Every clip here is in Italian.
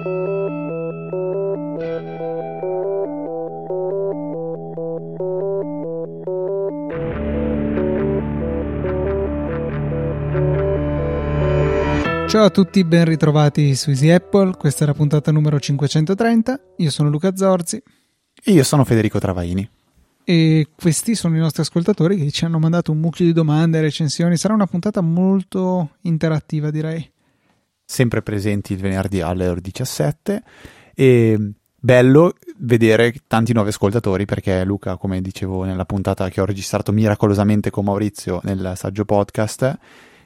Ciao a tutti, ben ritrovati su Easy Apple, questa è la puntata numero 530, io sono Luca Zorzi. E io sono Federico Travaini. E questi sono i nostri ascoltatori che ci hanno mandato un mucchio di domande e recensioni, sarà una puntata molto interattiva, direi. Sempre presenti il venerdì alle ore 17 e bello vedere tanti nuovi ascoltatori perché Luca, come dicevo nella puntata che ho registrato miracolosamente con Maurizio nel saggio podcast,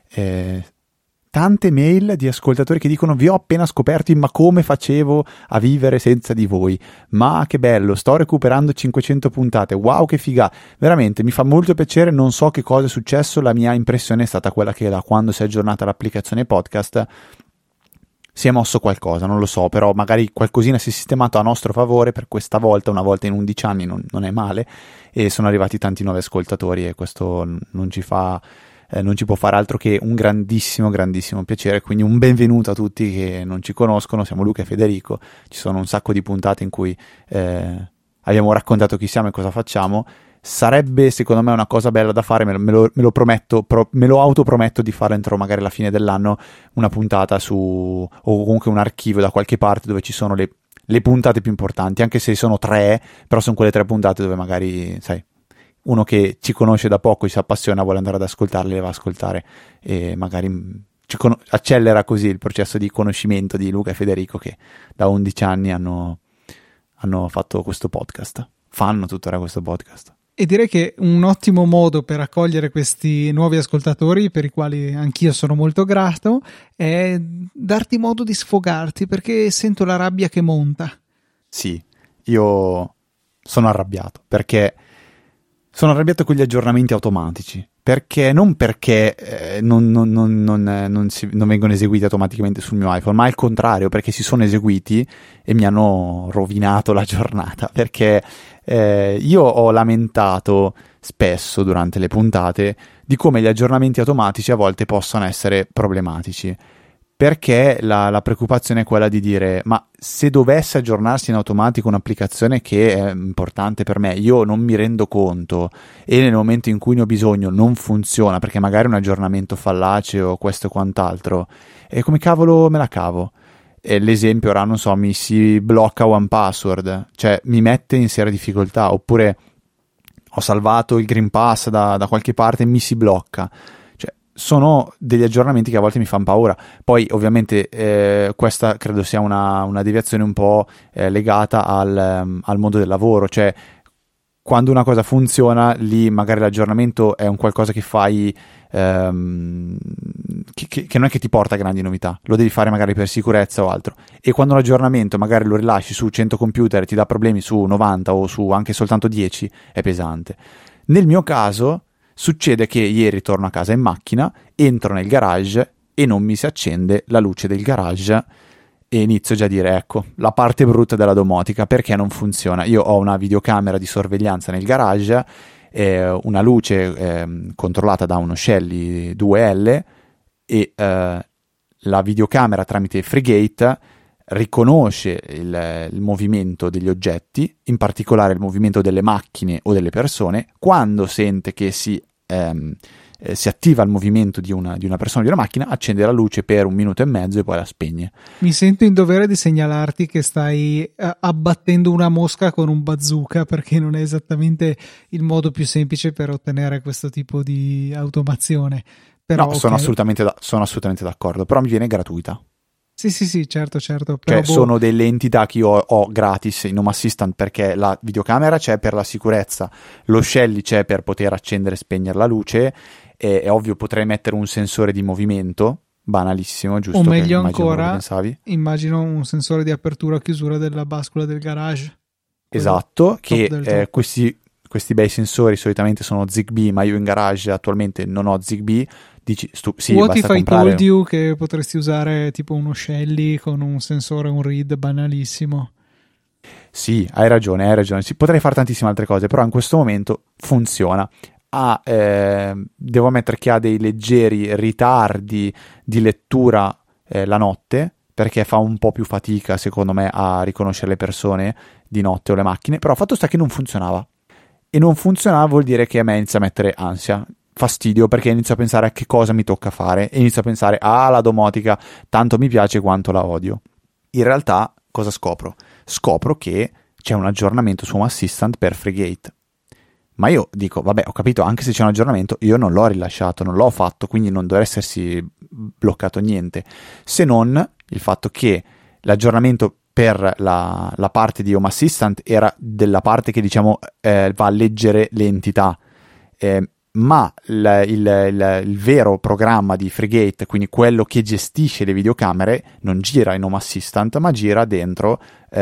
tante mail di ascoltatori che dicono: vi ho appena scoperti, ma come facevo a vivere senza di voi, ma che bello, sto recuperando 500 puntate, wow che figa, veramente mi fa molto piacere. Non so che cosa è successo, la mia impressione è stata quella che da quando si è aggiornata l'applicazione podcast si è mosso qualcosa, non lo so, però magari qualcosina si è sistemato a nostro favore per questa volta, una volta in 11 anni non è male, e sono arrivati tanti nuovi ascoltatori e questo non ci può fare altro che un grandissimo piacere. Quindi un benvenuto a tutti che non ci conoscono. Siamo Luca e Federico, ci sono un sacco di puntate in cui abbiamo raccontato chi siamo e cosa facciamo. Sarebbe secondo me una cosa bella da fare, me lo prometto, me lo autoprometto di fare entro magari la fine dell'anno una puntata o comunque un archivio da qualche parte dove ci sono le puntate più importanti, anche se sono 3, però sono quelle 3 puntate dove magari, sai, uno che ci conosce da poco, si appassiona, vuole andare ad ascoltarle, le va a ascoltare e magari accelera così il processo di conoscimento di Luca e Federico, che da 11 anni hanno fatto questo podcast, fanno tuttora questo podcast. E direi che un ottimo modo per accogliere questi nuovi ascoltatori, per i quali anch'io sono molto grato, è darti modo di sfogarti, perché sento la rabbia che monta. Sì, io sono arrabbiato con gli aggiornamenti automatici, non perché non vengono eseguiti automaticamente sul mio iPhone, ma al contrario, perché si sono eseguiti e mi hanno rovinato la giornata, perché io ho lamentato spesso durante le puntate di come gli aggiornamenti automatici a volte possono essere problematici, perché la preoccupazione è quella di dire: ma se dovesse aggiornarsi in automatico un'applicazione che è importante per me, io non mi rendo conto e nel momento in cui ne ho bisogno non funziona perché magari è un aggiornamento fallace o questo e quant'altro, e come cavolo me la cavo? E l'esempio ora, non so, mi si blocca OnePassword, cioè mi mette in seria difficoltà, oppure ho salvato il Green Pass da qualche parte e mi si blocca. Sono degli aggiornamenti che a volte mi fanno paura. Poi ovviamente questa credo sia una deviazione un po' legata al mondo del lavoro, cioè quando una cosa funziona lì magari l'aggiornamento è un qualcosa che fai che non è che ti porta grandi novità, lo devi fare magari per sicurezza o altro, e quando l'aggiornamento magari lo rilasci su 100 computer e ti dà problemi su 90 o su anche soltanto 10, è pesante. Nel mio caso succede che ieri torno a casa in macchina, entro nel garage e non mi si accende la luce del garage e inizio già a dire: ecco, la parte brutta della domotica, perché non funziona. Io ho una videocamera di sorveglianza nel garage, una luce controllata da uno Shelly 2L e la videocamera tramite FreeGate riconosce il movimento degli oggetti, in particolare il movimento delle macchine o delle persone. Quando sente che si attiva il movimento di una persona o di una macchina, accende la luce per 1 minuto e mezzo e poi la spegne. Mi sento in dovere di segnalarti che stai abbattendo una mosca con un bazooka, perché non è esattamente il modo più semplice per ottenere questo tipo di automazione. Però, no, sono assolutamente d'accordo, però mi viene gratuita. Sì, certo. Però sono delle entità che io ho gratis in Home Assistant, perché la videocamera c'è per la sicurezza, lo Shelly c'è per poter accendere e spegnere la luce, è ovvio potrei mettere un sensore di movimento, banalissimo, giusto? O meglio ancora, immagino un sensore di apertura o chiusura della bascula del garage. Esatto, che questi bei sensori solitamente sono Zigbee, ma io in garage attualmente non ho Zigbee. Dici, sì, What if basta I comprare... told you che potresti usare tipo uno Shelly con un sensore, un read banalissimo? Sì, hai ragione, potrei fare tantissime altre cose, però in questo momento funziona. Devo ammettere che ha dei leggeri ritardi di lettura la notte, perché fa un po' più fatica secondo me a riconoscere le persone di notte o le macchine, però fatto sta che non funzionava. E non funzionava vuol dire che a me inizia a mettere ansia, fastidio, perché inizio a pensare a che cosa mi tocca fare e inizio a pensare la domotica tanto mi piace quanto la odio. In realtà cosa scopro? Scopro che c'è un aggiornamento su Home Assistant per Frigate. Ma io dico, vabbè, ho capito, anche se c'è un aggiornamento, io non l'ho rilasciato, non l'ho fatto, quindi non deve essersi bloccato niente, se non il fatto che l'aggiornamento per la parte di Home Assistant era della parte che diciamo va a leggere le entità, ma il vero programma di Frigate, quindi quello che gestisce le videocamere, non gira in Home Assistant, ma gira dentro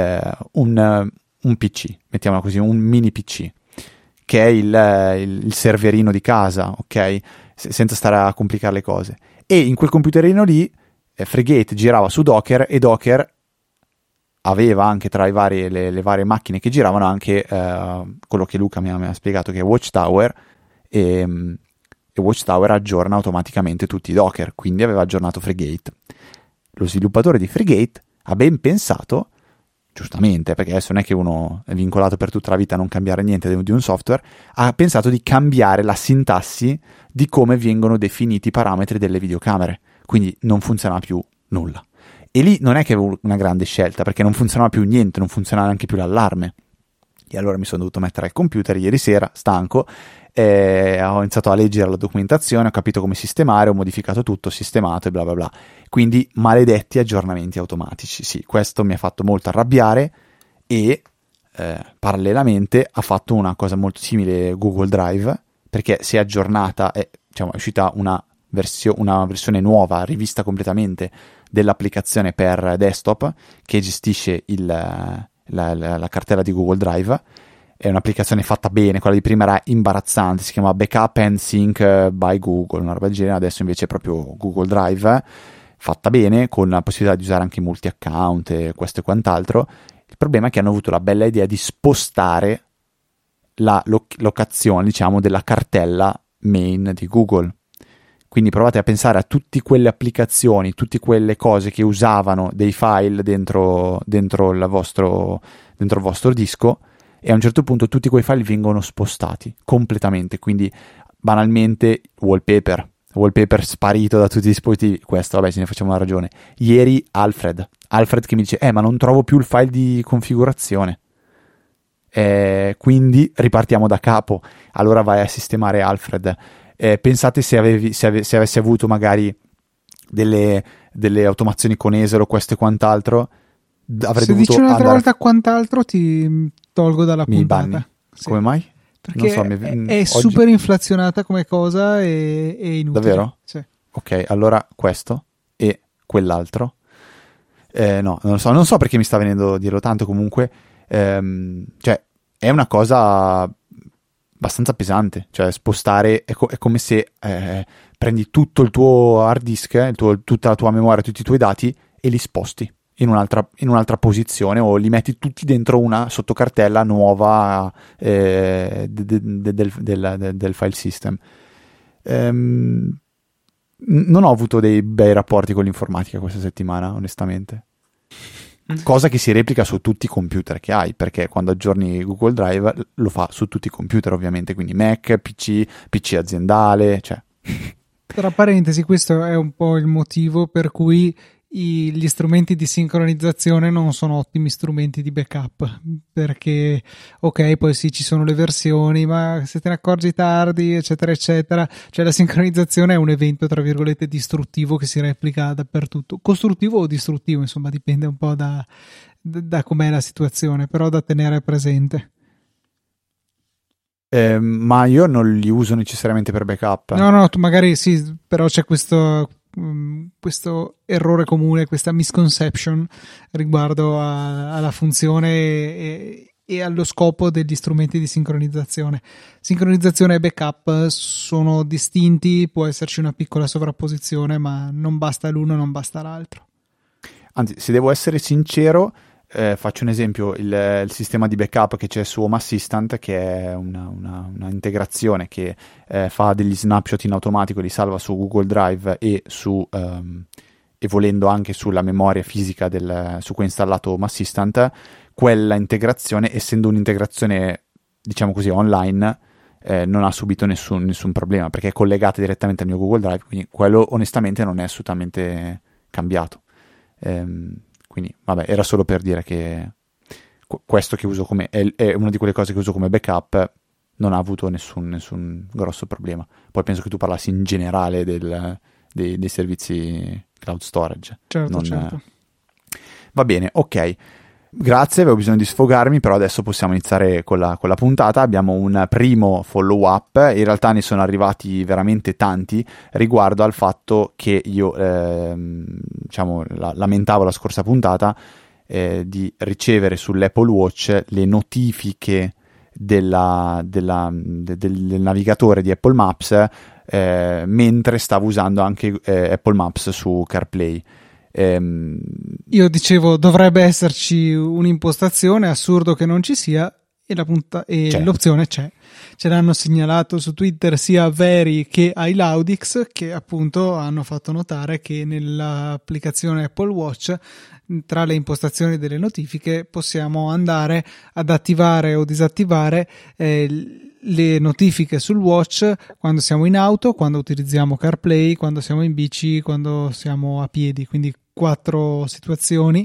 un PC, mettiamola così, un mini PC, che è il serverino di casa, ok? Senza stare a complicare le cose. E in quel computerino lì Frigate girava su Docker, e Docker aveva anche tra le varie macchine che giravano anche quello che Luca mi ha spiegato, che è Watchtower, e Watchtower aggiorna automaticamente tutti i Docker, quindi aveva aggiornato Frigate. Lo sviluppatore di Frigate ha ben pensato, giustamente, perché adesso non è che uno è vincolato per tutta la vita a non cambiare niente di un software, ha pensato di cambiare la sintassi di come vengono definiti i parametri delle videocamere, quindi non funziona più nulla. E lì non è che avevo una grande scelta, perché non funzionava più niente, non funzionava neanche più l'allarme. E allora mi sono dovuto mettere al computer ieri sera, stanco, ho iniziato a leggere la documentazione, ho capito come sistemare, ho modificato tutto, ho sistemato e bla bla bla. Quindi maledetti aggiornamenti automatici. Sì, questo mi ha fatto molto arrabbiare, e parallelamente ha fatto una cosa molto simile Google Drive, perché si è aggiornata, diciamo, è uscita una versione nuova, rivista completamente, dell'applicazione per desktop che gestisce la cartella di Google Drive. È un'applicazione fatta bene, quella di prima era imbarazzante, si chiama Backup and Sync by Google, una roba del genere. Adesso invece è proprio Google Drive, fatta bene, con la possibilità di usare anche multi-account e questo e quant'altro. Il problema è che hanno avuto la bella idea di spostare la locazione, diciamo, della cartella main di Google. Quindi provate a pensare a tutte quelle applicazioni, tutte quelle cose che usavano dei file dentro il vostro disco, e a un certo punto tutti quei file vengono spostati completamente. Quindi banalmente wallpaper sparito da tutti i dispositivi. Questo, vabbè, ce ne facciamo una ragione. Ieri Alfred che mi dice ma non trovo più il file di configurazione, quindi ripartiamo da capo. Allora vai a sistemare Alfred. Pensate se avessi avuto magari delle automazioni con Esero, questo e quant'altro, avrei se dovuto dici un'altra andare volta quant'altro ti tolgo dalla mi puntata. banni. Sì. Come mai? Perché non so, è super inflazionata come cosa e inutile. Davvero? Sì. Ok, allora questo e quell'altro. No, non so perché mi sta venendo a dirlo tanto. Comunque, cioè, è una cosa abbastanza pesante. Cioè, spostare è come se prendi tutto il tuo hard disk, tutta la tua memoria, tutti i tuoi dati, e li sposti in un'altra posizione, o li metti tutti dentro una sottocartella nuova del file system. Non ho avuto dei bei rapporti con l'informatica questa settimana, onestamente. Cosa che si replica su tutti i computer che hai, perché quando aggiorni Google Drive lo fa su tutti i computer, ovviamente, quindi Mac, PC aziendale, cioè. Tra parentesi, questo è un po' il motivo per cui gli strumenti di sincronizzazione non sono ottimi strumenti di backup, perché ok, poi sì, ci sono le versioni, ma se te ne accorgi tardi, eccetera eccetera, cioè la sincronizzazione è un evento tra virgolette distruttivo che si replica dappertutto, costruttivo o distruttivo, insomma dipende un po' da com'è la situazione, però da tenere presente. Ma io non li uso necessariamente per backup. No, tu magari sì, però c'è questo errore comune, questa misconception riguardo alla funzione e allo scopo degli strumenti di sincronizzazione. Sincronizzazione e backup sono distinti, può esserci una piccola sovrapposizione, ma non basta l'uno, non basta l'altro. Anzi, se devo essere sincero, faccio un esempio, il sistema di backup che c'è su Home Assistant, che è una integrazione che fa degli snapshot in automatico, li salva su Google Drive e su e volendo anche sulla memoria fisica su cui è installato Home Assistant, quella integrazione, essendo un'integrazione diciamo così online, non ha subito nessun problema, perché è collegata direttamente al mio Google Drive, quindi quello onestamente non è assolutamente cambiato. Quindi vabbè, era solo per dire che questo che uso come è una di quelle cose che uso come backup, non ha avuto nessun grosso problema. Poi penso che tu parlassi in generale dei servizi cloud storage. Certo. Va bene, ok. Grazie, avevo bisogno di sfogarmi, però adesso possiamo iniziare con la puntata. Abbiamo un primo follow up, in realtà ne sono arrivati veramente tanti riguardo al fatto che io lamentavo la scorsa puntata di ricevere sull'Apple Watch le notifiche del navigatore di Apple Maps mentre stavo usando anche Apple Maps su CarPlay. Io dicevo dovrebbe esserci un'impostazione, assurdo che non ci sia, e l'opzione c'è. Ce l'hanno segnalato su Twitter sia Veri che iLaudix, che appunto hanno fatto notare che nell'applicazione Apple Watch, tra le impostazioni delle notifiche, possiamo andare ad attivare o disattivare le notifiche sul watch quando siamo in auto, quando utilizziamo CarPlay, quando siamo in bici, quando siamo a piedi. Quindi 4 situazioni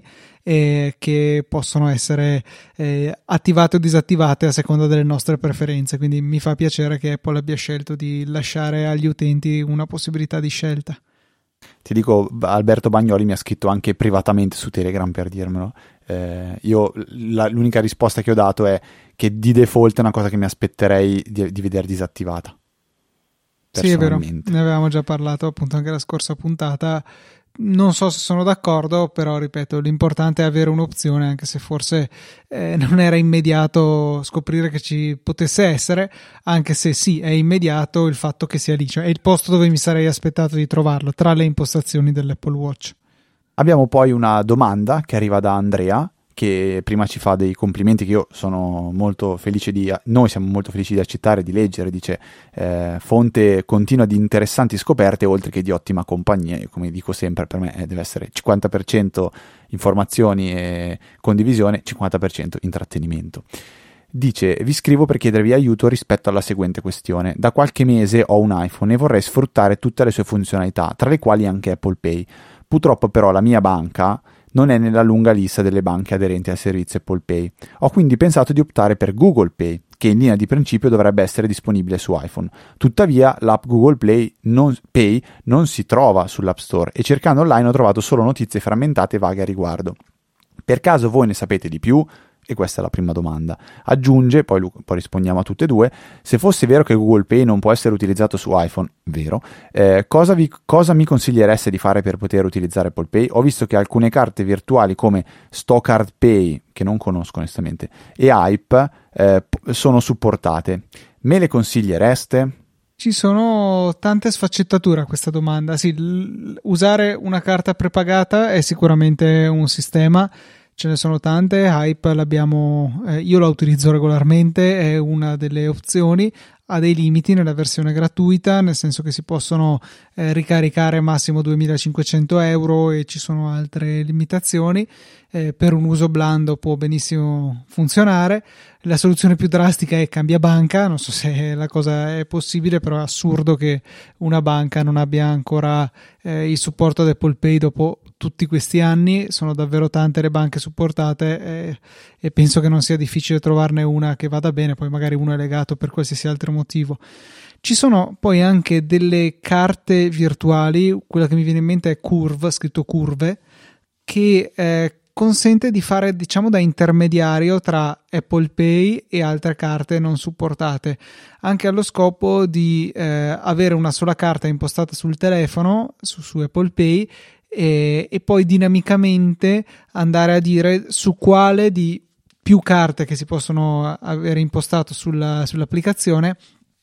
che possono essere attivate o disattivate a seconda delle nostre preferenze. Quindi mi fa piacere che Apple abbia scelto di lasciare agli utenti una possibilità di scelta. Ti dico, Alberto Bagnoli mi ha scritto anche privatamente su Telegram per dirmelo. Io l'unica risposta che ho dato è che di default è una cosa che mi aspetterei di vedere disattivata. Sì, è vero, ne avevamo già parlato appunto anche la scorsa puntata. Non so se sono d'accordo, però ripeto, l'importante è avere un'opzione, anche se forse non era immediato scoprire che ci potesse essere, anche se sì, è immediato il fatto che sia lì, cioè è il posto dove mi sarei aspettato di trovarlo, tra le impostazioni dell'Apple Watch. Abbiamo poi una domanda che arriva da Andrea, che prima ci fa dei complimenti che io sono molto felice noi siamo molto felici di accettare, di leggere. Dice fonte continua di interessanti scoperte oltre che di ottima compagnia. Io, come dico sempre, per me deve essere 50% informazioni e condivisione, 50% intrattenimento. Dice: vi scrivo per chiedervi aiuto rispetto alla seguente questione. Da qualche mese ho un iPhone e vorrei sfruttare tutte le sue funzionalità, tra le quali anche Apple Pay. Purtroppo però la mia banca non è nella lunga lista delle banche aderenti al servizio Apple Pay. Ho quindi pensato di optare per Google Pay, che in linea di principio dovrebbe essere disponibile su iPhone. Tuttavia l'app Google Pay non si trova sull'App Store e cercando online ho trovato solo notizie frammentate e vaghe a riguardo. Per caso voi ne sapete di più? E questa è la prima domanda. Aggiunge, poi rispondiamo a tutte e due: se fosse vero che Google Pay non può essere utilizzato su iPhone, vero, cosa mi consigliereste di fare per poter utilizzare Apple Pay? Ho visto che alcune carte virtuali come Stockcard Pay, che non conosco onestamente, e Hype sono supportate. Me le consigliereste? Ci sono tante sfaccettature a questa domanda. Sì, usare una carta prepagata è sicuramente un sistema. Ce ne sono tante. Hype io la utilizzo regolarmente, è una delle opzioni. Ha dei limiti nella versione gratuita, nel senso che si possono ricaricare massimo 2.500 euro e ci sono altre limitazioni. Per un uso blando può benissimo funzionare. La soluzione più drastica è cambia banca. Non so se la cosa è possibile, però è assurdo che una banca non abbia ancora il supporto ad Apple Pay dopo tutti questi anni. Sono davvero tante le banche supportate e penso che non sia difficile trovarne una che vada bene. Poi magari uno è legato per qualsiasi altro motivo. Ci sono poi anche delle carte virtuali. Quella che mi viene in mente è Curve, scritto Curve, che consente di fare, diciamo, da intermediario tra Apple Pay e altre carte non supportate, anche allo scopo di avere una sola carta impostata sul telefono, su Apple Pay, e poi dinamicamente andare a dire su quale di più carte che si possono avere impostato sull'applicazione,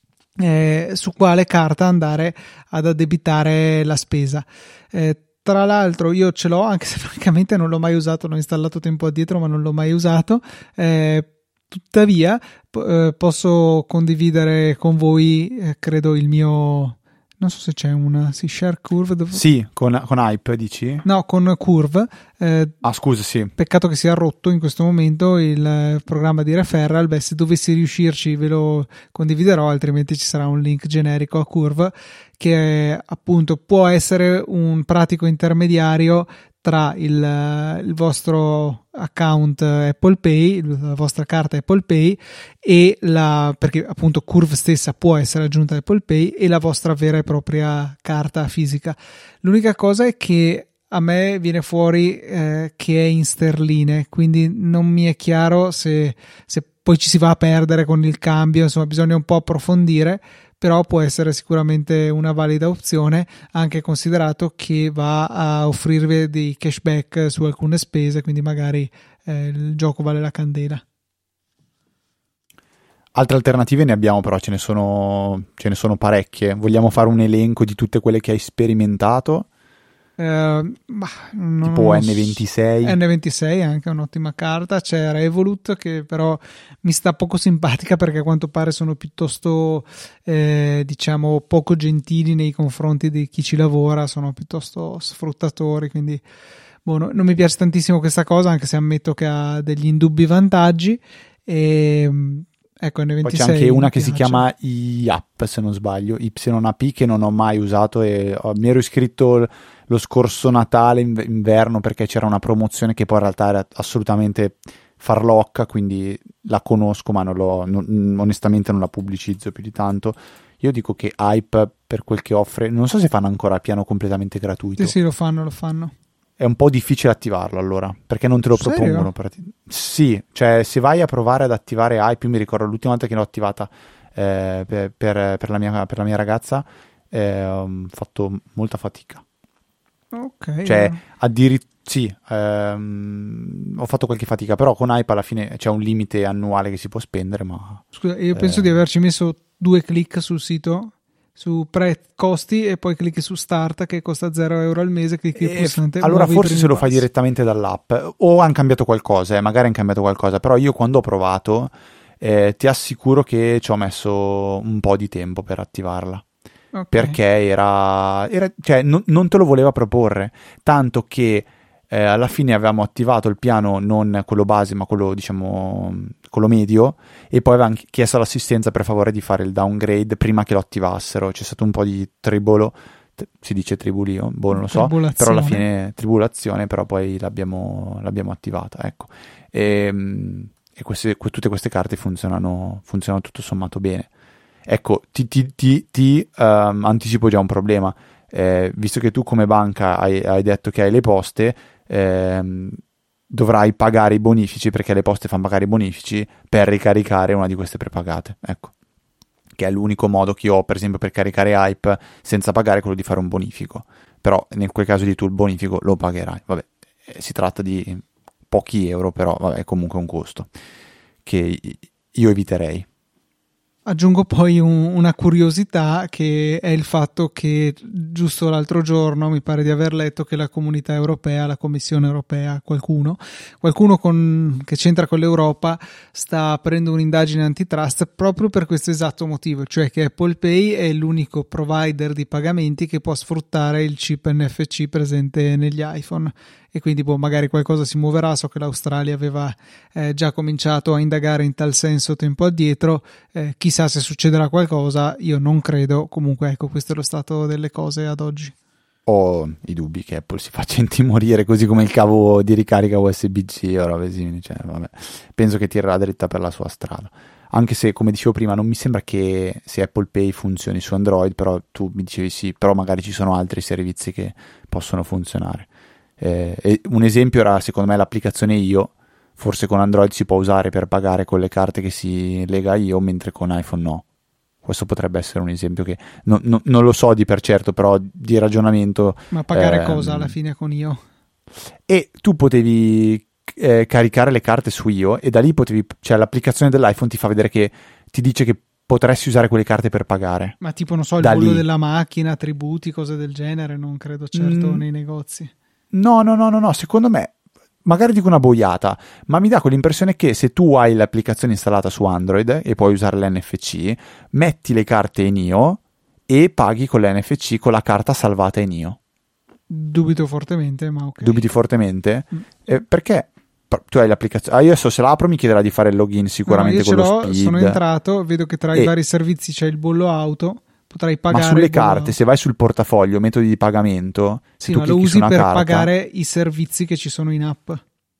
su quale carta andare ad addebitare la spesa. Tra l'altro io ce l'ho, anche se francamente non l'ho mai usato, l'ho installato tempo addietro ma non l'ho mai usato. Tuttavia posso condividere con voi, credo, il mio non so se c'è una, sì, Share Curve. Sì, con Hype dici? No, con Curve. Scusa, sì. Peccato che sia rotto in questo momento il programma di referral. Beh, se dovessi riuscirci ve lo condividerò, altrimenti ci sarà un link generico a Curve che appunto può essere un pratico intermediario tra il vostro account Apple Pay, la vostra carta Apple Pay e perché appunto Curve stessa può essere aggiunta a Apple Pay, e la vostra vera e propria carta fisica. L'unica cosa è che a me viene fuori che è in sterline, quindi non mi è chiaro se poi ci si va a perdere con il cambio, insomma bisogna un po' approfondire, però può essere sicuramente una valida opzione, anche considerato che va a offrirvi dei cashback su alcune spese, quindi magari il gioco vale la candela. Altre alternative ne abbiamo, però ce ne sono parecchie. Vogliamo fare un elenco di tutte quelle che hai sperimentato? Tipo N26. N26 è anche un'ottima carta. C'è Revolut che però mi sta poco simpatica, perché a quanto pare sono piuttosto diciamo poco gentili nei confronti di chi ci lavora, sono piuttosto sfruttatori, quindi non mi piace tantissimo questa cosa, anche se ammetto che ha degli indubbi vantaggi. Ecco, N26. Poi c'è anche una che si chiama YAP, se non sbaglio, YAP, che non ho mai usato, e mi ero iscritto lo scorso Natale, inverno, perché c'era una promozione che poi in realtà era assolutamente farlocca, quindi la conosco, ma onestamente non la pubblicizzo più di tanto. Io dico che Hype, per quel che offre, non so se fanno ancora a piano completamente gratuito. Sì, lo fanno. È un po' difficile attivarlo, allora, perché non te lo propongono. Sì, cioè se vai a provare ad attivare Hype, io mi ricordo l'ultima volta che l'ho attivata per la mia ragazza, ho fatto molta fatica. Ok. Cioè, sì, ho fatto qualche fatica, però con Hype alla fine c'è un limite annuale che si può spendere, ma... Scusa, io penso di averci messo 2 click sul sito, su costi, e poi clicchi su Start che costa 0 euro al mese, clicchi il pulsante. Allora forse se lo fai direttamente dall'app, o hanno cambiato qualcosa, magari hanno cambiato qualcosa, però io quando ho provato ti assicuro che ci ho messo un po' di tempo per attivarla. Okay. Perché cioè, non te lo voleva proporre, tanto che alla fine avevamo attivato il piano non quello base ma quello, diciamo, quello medio, e poi avevamo chiesto all'assistenza per favore di fare il downgrade prima che lo attivassero. C'è stato un po' di tribolo, si dice tribulio, non lo so, però alla fine tribolazione, però poi l'abbiamo attivata, ecco. E tutte queste carte funzionano tutto sommato bene. Ecco, ti anticipo già un problema, visto che tu come banca hai detto che hai le poste, dovrai pagare i bonifici, perché le poste fanno pagare i bonifici per ricaricare una di queste prepagate, ecco, che è l'unico modo che io ho, per esempio, per caricare Hype senza pagare, quello di fare un bonifico. Però in quel caso di tu il bonifico lo pagherai, vabbè, si tratta di pochi euro, però vabbè, è comunque un costo che io eviterei. Aggiungo poi una curiosità, che è il fatto che giusto l'altro giorno mi pare di aver letto che la Comunità Europea, la Commissione Europea, qualcuno che c'entra con l'Europa, sta aprendo un'indagine antitrust proprio per questo esatto motivo, cioè che Apple Pay è l'unico provider di pagamenti che può sfruttare il chip NFC presente negli iPhone, e quindi magari qualcosa si muoverà. So che l'Australia aveva già cominciato a indagare in tal senso tempo addietro, chissà se succederà qualcosa, io non credo. Comunque ecco, questo è lo stato delle cose ad oggi. Ho i dubbi che Apple si faccia intimorire, così come il cavo di ricarica USB-C o robe simili, cioè, vabbè, penso che tirerà dritta per la sua strada, anche se, come dicevo prima, non mi sembra che se Apple Pay funzioni su Android, però tu mi dicevi sì, però magari ci sono altri servizi che possono funzionare. E un esempio era, secondo me, l'applicazione Io. Forse con Android si può usare per pagare con le carte che si lega a Io, mentre con iPhone no. Questo potrebbe essere un esempio che non lo so di per certo, però di ragionamento. Ma pagare cosa alla fine con Io? E tu potevi caricare le carte su Io, e da lì cioè l'applicazione dell'iPhone ti fa vedere che ti dice che potresti usare quelle carte per pagare. Ma tipo, non so, il bollo della macchina, tributi, cose del genere, non credo certo nei negozi. No, secondo me, magari dico una boiata, ma mi dà quell'impressione che se tu hai l'applicazione installata su Android e puoi usare l'NFC, metti le carte in Io e paghi con l'NFC con la carta salvata in io. Dubito fortemente, ma ok. Dubiti fortemente? Perché tu hai l'applicazione. Io adesso se la apro mi chiederà di fare il login sicuramente con lo Speed. Sono entrato, vedo che tra i vari servizi c'è il bollo auto, potrai pagare. Ma sulle carte, se vai sul portafoglio, metodi di pagamento, se tu lo usi su una per carta, pagare i servizi che ci sono in app.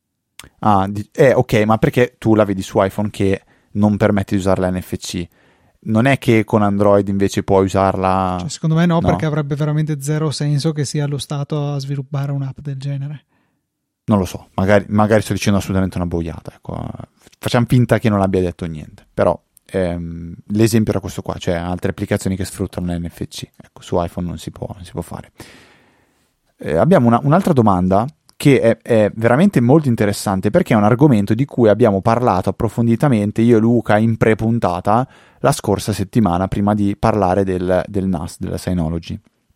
Ok, ma perché tu la vedi su iPhone che non permette di usare l'NFC? Non è che con Android invece puoi usarla? Cioè, secondo me no, perché avrebbe veramente zero senso che sia lo Stato a sviluppare un'app del genere. Non lo so, magari sto dicendo assolutamente una boiata. Ecco. Facciamo finta che non abbia detto niente, però l'esempio era questo qua, cioè altre applicazioni che sfruttano l'NFC. Ecco, su iPhone non si può fare. Abbiamo un'altra domanda che è veramente molto interessante, perché è un argomento di cui abbiamo parlato approfonditamente io e Luca in pre-puntata la scorsa settimana, prima di parlare del NAS, della Synology.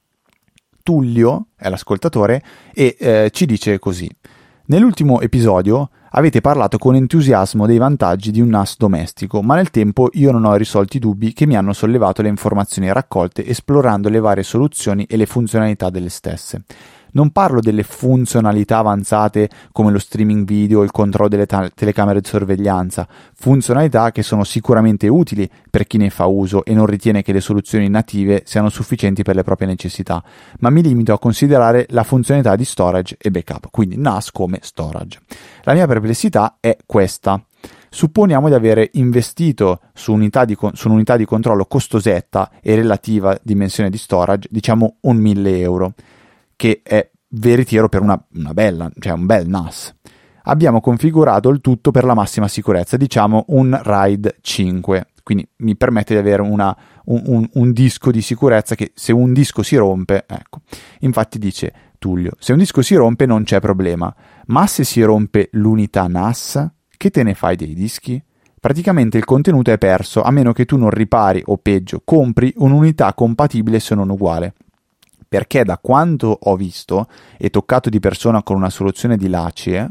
Tullio è l'ascoltatore e ci dice così: nell'ultimo episodio avete parlato con entusiasmo dei vantaggi di un NAS domestico, ma nel tempo io non ho risolto i dubbi che mi hanno sollevato le informazioni raccolte esplorando le varie soluzioni e le funzionalità delle stesse. Non parlo delle funzionalità avanzate come lo streaming video o il controllo delle telecamere di sorveglianza, funzionalità che sono sicuramente utili per chi ne fa uso e non ritiene che le soluzioni native siano sufficienti per le proprie necessità, ma mi limito a considerare la funzionalità di storage e backup, quindi NAS come storage. La mia perplessità è questa. Supponiamo di avere investito su un'unità di controllo costosetta e relativa dimensione di storage, diciamo un 1.000 euro, che è veritiero per un bel NAS. Abbiamo configurato il tutto per la massima sicurezza, diciamo un RAID 5, quindi mi permette di avere un disco di sicurezza che se un disco si rompe, ecco, infatti dice Tullio, se un disco si rompe non c'è problema, ma se si rompe l'unità NAS, che te ne fai dei dischi? Praticamente il contenuto è perso, a meno che tu non ripari o peggio compri un'unità compatibile se non uguale. Perché da quanto ho visto e toccato di persona con una soluzione di LACIE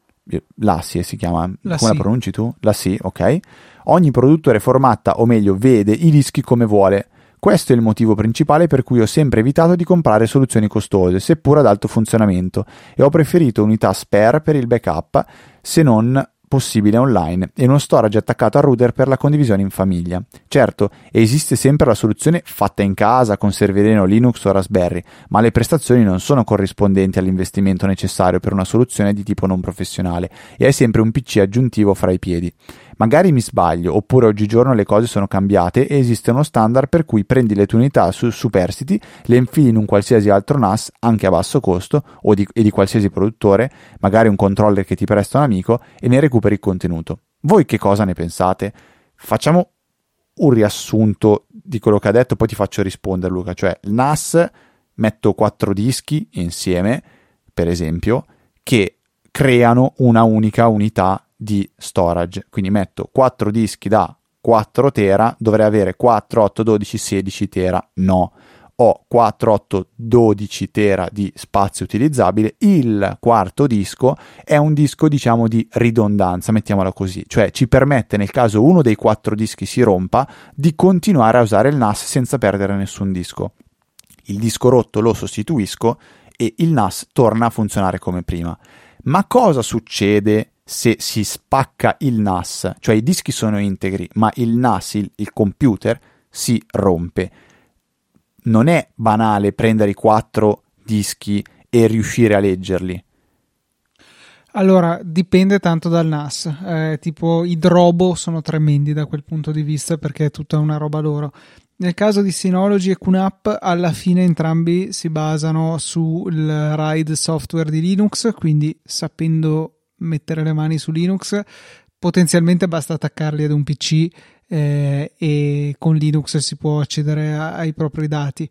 si chiama, come la pronunci tu? LACIE, ok. Ogni produttore formatta, o meglio vede i dischi come vuole. Questo è il motivo principale per cui ho sempre evitato di comprare soluzioni costose, seppur ad alto funzionamento, e ho preferito unità spare per il backup, se non possibile online, e uno storage attaccato al router per la condivisione in famiglia. Certo, esiste sempre la soluzione fatta in casa con serverino Linux o Raspberry, ma le prestazioni non sono corrispondenti all'investimento necessario per una soluzione di tipo non professionale e hai sempre un PC aggiuntivo fra i piedi. Magari mi sbaglio, oppure oggigiorno le cose sono cambiate e esiste uno standard per cui prendi le tue unità su Superstiti, le infili in un qualsiasi altro NAS, anche a basso costo, e di qualsiasi produttore, magari un controller che ti presta un amico, e ne recuperi il contenuto. Voi che cosa ne pensate? Facciamo un riassunto di quello che ha detto, poi ti faccio rispondere, Luca. Cioè, il NAS, metto 4 dischi insieme, per esempio, che creano una unica unità di storage, quindi metto 4 dischi da 4 tera, dovrei avere 4, 8, 12, 16 tera, no, ho 4, 8, 12 tera di spazio utilizzabile. Il quarto disco è un disco, diciamo, di ridondanza, mettiamola così, cioè ci permette, nel caso uno dei 4 dischi si rompa, di continuare a usare il NAS senza perdere nessun disco. Il disco rotto lo sostituisco e il NAS torna a funzionare come prima. Ma cosa succede se si spacca il NAS? Cioè i dischi sono integri, ma il NAS, il computer, si rompe. Non è banale prendere i 4 dischi e riuscire a leggerli. Allora, dipende tanto dal NAS. Tipo i Drobo sono tremendi da quel punto di vista, perché è tutta una roba loro. Nel caso di Synology e QNAP, alla fine entrambi si basano sul RAID software di Linux, quindi sapendo mettere le mani su Linux, potenzialmente basta attaccarli ad un PC e con Linux si può accedere ai propri dati.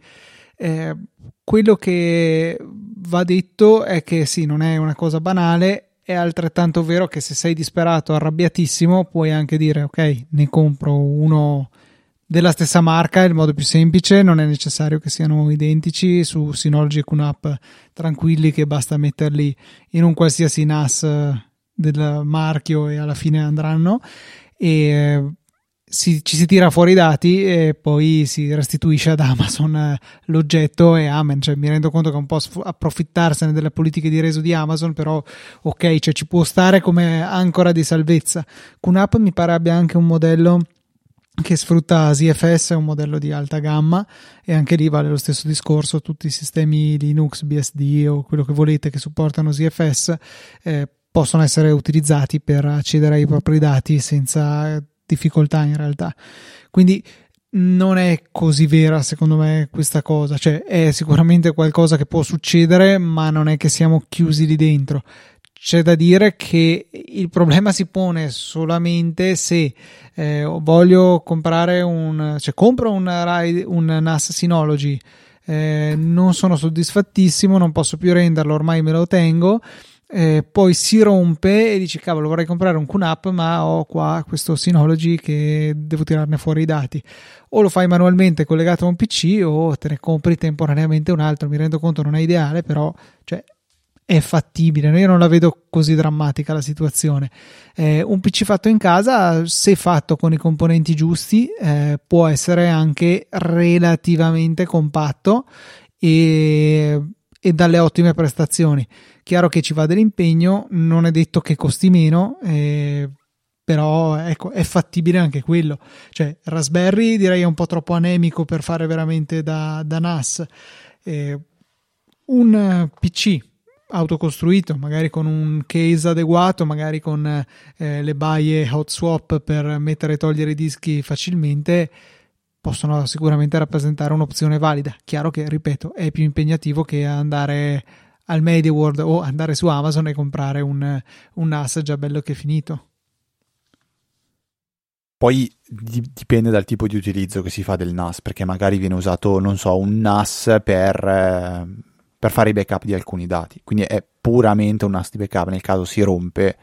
Quello che va detto è che sì, non è una cosa banale. È altrettanto vero che se sei disperato, arrabbiatissimo, puoi anche dire ok, ne compro uno della stessa marca, è il modo più semplice, non è necessario che siano identici. Su Synology e QNAP tranquilli che basta metterli in un qualsiasi NAS del marchio e alla fine andranno. E ci si tira fuori i dati e poi si restituisce ad Amazon l'oggetto e amen. Cioè, mi rendo conto che è un po' approfittarsene delle politiche di reso di Amazon, però ok, cioè ci può stare come ancora di salvezza. QNAP mi pare abbia anche un modello che sfrutta ZFS, è un modello di alta gamma, e anche lì vale lo stesso discorso. Tutti i sistemi Linux, BSD o quello che volete che supportano ZFS possono essere utilizzati per accedere ai propri dati senza difficoltà in realtà. Quindi non è così vera secondo me questa cosa, cioè è sicuramente qualcosa che può succedere, ma non è che siamo chiusi lì dentro. C'è da dire che il problema si pone solamente se voglio comprare compro un NAS Synology, non sono soddisfattissimo, non posso più renderlo, ormai me lo tengo. Poi si rompe e dici cavolo, vorrei comprare un QNAP ma ho qua questo Synology che devo tirarne fuori i dati. O lo fai manualmente collegato a un PC o te ne compri temporaneamente un altro. Mi rendo conto non è ideale, però cioè, è fattibile. Io non la vedo così drammatica la situazione. Un PC fatto in casa, se fatto con i componenti giusti, può essere anche relativamente compatto e dalle ottime prestazioni. Chiaro che ci va dell'impegno, non è detto che costi meno, però ecco, è fattibile anche quello. Cioè, Raspberry direi è un po' troppo anemico per fare veramente da NAS. Un PC autocostruito, magari con un case adeguato, magari con le baie hot swap per mettere e togliere i dischi facilmente, possono sicuramente rappresentare un'opzione valida. Chiaro che, ripeto, è più impegnativo che andare al MediaWorld o andare su Amazon e comprare un NAS già bello che finito. Poi dipende dal tipo di utilizzo che si fa del NAS, perché magari viene usato, non so, un NAS per fare i backup di alcuni dati, quindi è puramente un NAS di backup. Nel caso si rompe,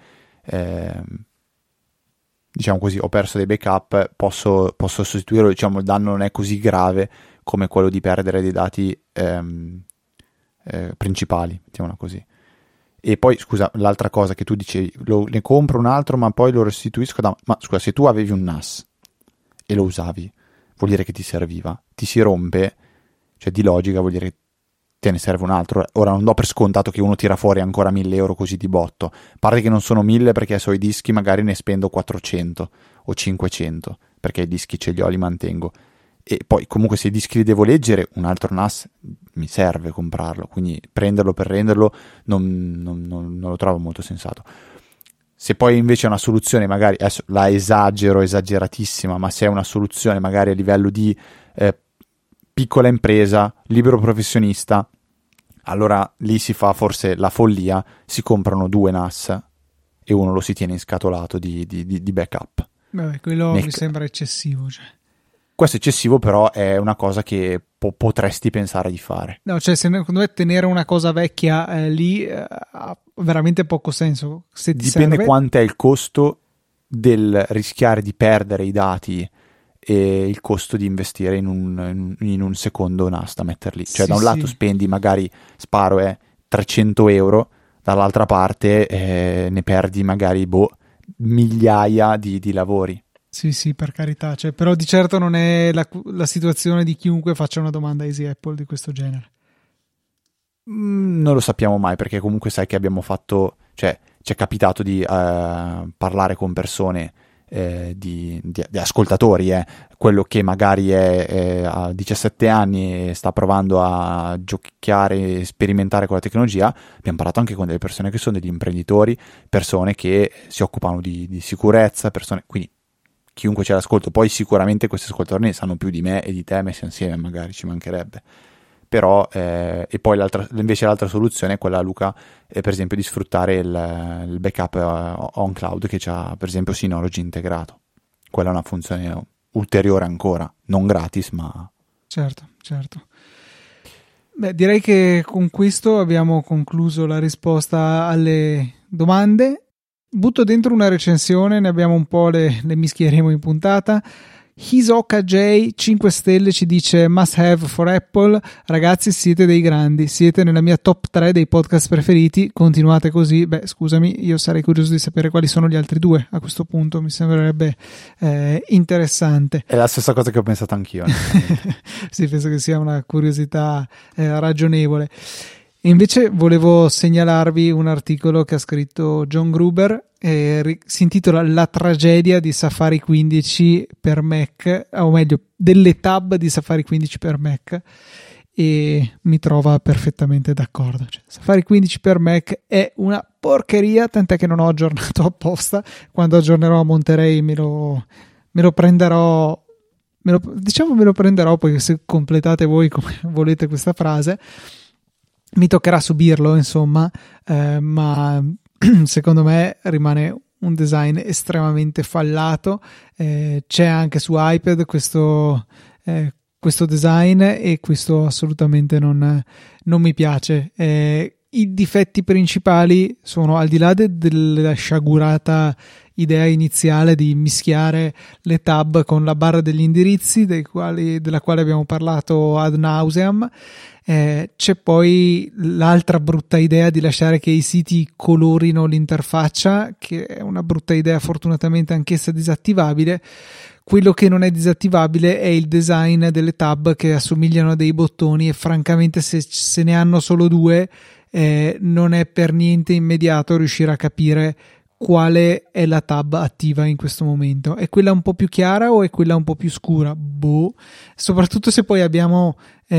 diciamo così, ho perso dei backup, posso sostituirlo, diciamo il danno non è così grave come quello di perdere dei dati principali, mettiamola così. E poi scusa, l'altra cosa che tu dicevi, ne compro un altro ma poi lo restituisco ma scusa, se tu avevi un NAS e lo usavi, vuol dire che ti serviva, ti si rompe, cioè di logica vuol dire che te ne serve un altro. Ora non do per scontato che uno tira fuori ancora 1.000 euro così di botto, a parte che non sono 1.000 perché so i dischi magari ne spendo 400 o 500 perché i dischi ce li ho, li mantengo. E poi comunque se i dischi li devo leggere, un altro NAS mi serve comprarlo, quindi prenderlo per renderlo non lo trovo molto sensato. Se poi invece è una soluzione, magari adesso la esageratissima, ma se è una soluzione magari a livello di piccola impresa, libero professionista, allora lì si fa forse la follia, si comprano 2 NAS e uno lo si tiene inscatolato di backup. Beh, quello mi sembra eccessivo, cioè. Questo è eccessivo, però è una cosa che potresti pensare di fare. No, cioè secondo me tenere una cosa vecchia lì ha veramente poco senso. Se ti dipende serve... quanto è il costo del rischiare di perdere i dati e il costo di investire in un secondo NAS da metterli. Cioè sì, da un lato spendi magari, sparo 300 euro, dall'altra parte ne perdi magari migliaia di lavori. Sì, per carità, cioè, però di certo non è la situazione di chiunque faccia una domanda a Easy Apple di questo genere. Non lo sappiamo mai, perché comunque sai che abbiamo fatto, cioè ci è capitato di parlare con persone, di ascoltatori, quello che magari ha 17 anni e sta provando a giocare e sperimentare con la tecnologia. Abbiamo parlato anche con delle persone che sono degli imprenditori, persone che si occupano di sicurezza, quindi chiunque c'è all'ascolto. Poi sicuramente questi ascoltatori ne sanno più di me e di te messi insieme, magari ci mancherebbe. Però e poi invece l'altra soluzione è quella, Luca, per esempio di sfruttare il backup on cloud che c'ha per esempio Synology integrato. Quella è una funzione ulteriore ancora, non gratis, ma certo. Beh, direi che con questo abbiamo concluso la risposta alle domande. Butto dentro una recensione, ne abbiamo un po', le mischieremo in puntata. Hisoka J 5 stelle ci dice must have for Apple. Ragazzi, siete dei grandi, siete nella mia top 3 dei podcast preferiti, continuate così. Beh, scusami, io sarei curioso di sapere quali sono gli altri due a questo punto, mi sembrerebbe interessante. È la stessa cosa che ho pensato anch'io. Sì, penso che sia una curiosità ragionevole. E invece volevo segnalarvi un articolo che ha scritto John Gruber, si intitola La tragedia di Safari 15 per Mac, o meglio, delle tab di Safari 15 per Mac, e mi trova perfettamente d'accordo. Cioè, Safari 15 per Mac è una porcheria, tant'è che non ho aggiornato apposta. Quando aggiornerò a Monterey me lo prenderò. Me lo prenderò, poi se completate voi come volete questa frase mi toccherà subirlo, insomma, ma secondo me rimane un design estremamente fallato. C'è anche su iPad questo design, e questo assolutamente non mi piace. I difetti principali sono, al di là della sciagurata idea iniziale di mischiare le tab con la barra degli indirizzi, della quale abbiamo parlato ad nauseam, c'è poi l'altra brutta idea di lasciare che i siti colorino l'interfaccia, che è una brutta idea, fortunatamente anch'essa disattivabile. Quello che non è disattivabile è il design delle tab, che assomigliano a dei bottoni, e francamente se ne hanno solo due non è per niente immediato riuscire a capire quale è la tab attiva in questo momento. È quella un po' più chiara o è quella un po' più scura? Boh. Soprattutto se poi abbiamo